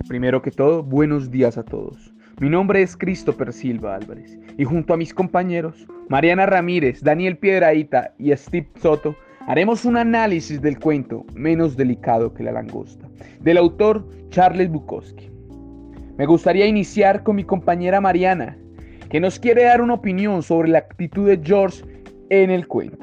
Primero que todo, buenos días a todos. Mi nombre es Christopher Silva Álvarez y junto a mis compañeros Mariana Ramírez, Daniel Piedrahita y Steve Soto haremos un análisis del cuento Menos delicado que la langosta, del autor Charles Bukowski. Me gustaría iniciar con mi compañera Mariana, que nos quiere dar una opinión sobre la actitud de George en el cuento.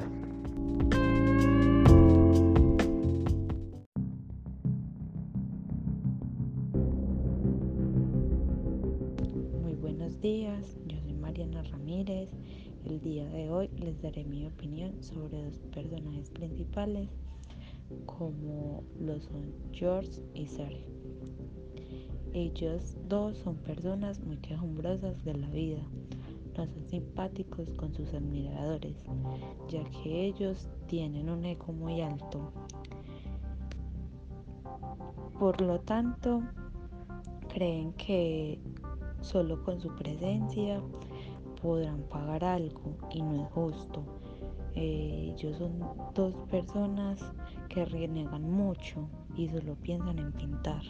Muy buenos días, yo soy Mariana Ramírez. El día de hoy les daré mi opinión sobre dos personajes principales como lo son George y Sally. Ellos dos son personas muy quejumbrosas de la vida, no son simpáticos con sus admiradores, ya que ellos tienen un ego muy alto. Por lo tanto, creen que solo con su presencia podrán pagar algo y no es justo. Ellos son dos personas que renegan mucho y solo piensan en pintar.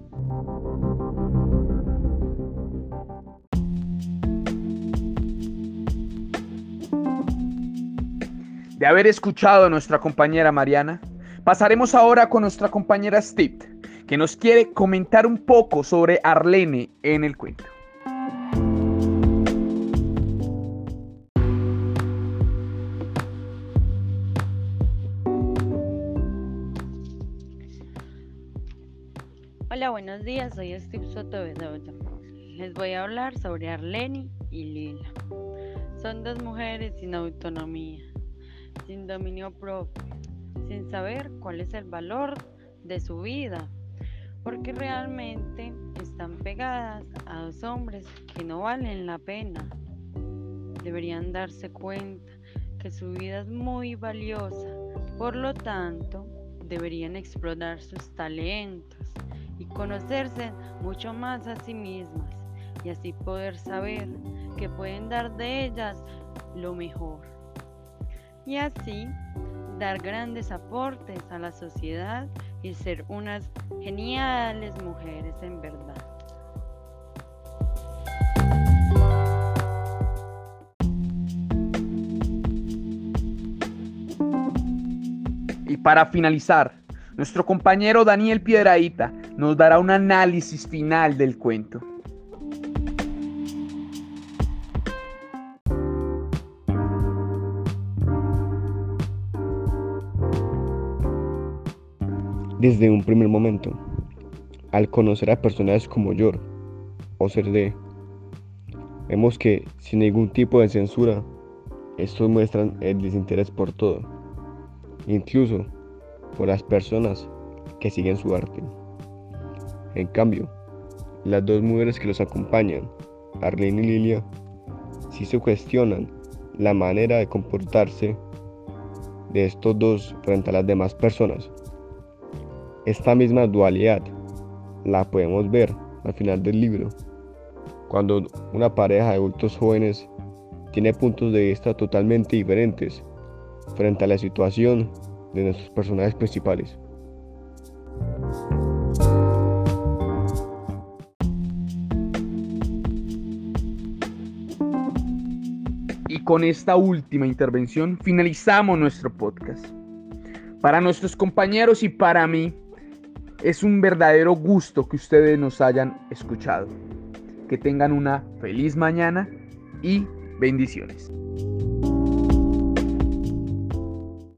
De haber escuchado a nuestra compañera Mariana, pasaremos ahora con nuestra compañera Steve, que nos quiere comentar un poco sobre Arlene en el cuento. Hola, buenos días, soy Steve Soto Bedoya. Les voy a hablar sobre Arlene y Lila. Son dos mujeres sin autonomía, sin dominio propio, sin saber cuál es el valor de su vida, porque realmente están pegadas a dos hombres que no valen la pena. Deberían darse cuenta que su vida es muy valiosa, por lo tanto, deberían explorar sus talentos y conocerse mucho más a sí mismas y así poder saber que pueden dar de ellas lo mejor y así dar grandes aportes a la sociedad y ser unas geniales mujeres en verdad. Y para finalizar, nuestro compañero Daniel Piedrahita nos dará un análisis final del cuento. Desde un primer momento, al conocer a personajes como George o Serde, vemos que sin ningún tipo de censura, estos muestran el desinterés por todo, incluso por las personas que siguen su arte. En cambio, las dos mujeres que los acompañan, Arlene y Lilia, sí se cuestionan la manera de comportarse de estos dos frente a las demás personas. Esta misma dualidad la podemos ver al final del libro, cuando una pareja de adultos jóvenes tiene puntos de vista totalmente diferentes frente a la situación de nuestros personajes principales. Y con esta última intervención finalizamos nuestro podcast. Para nuestros compañeros y para mí, es un verdadero gusto que ustedes nos hayan escuchado. Que tengan una feliz mañana y bendiciones.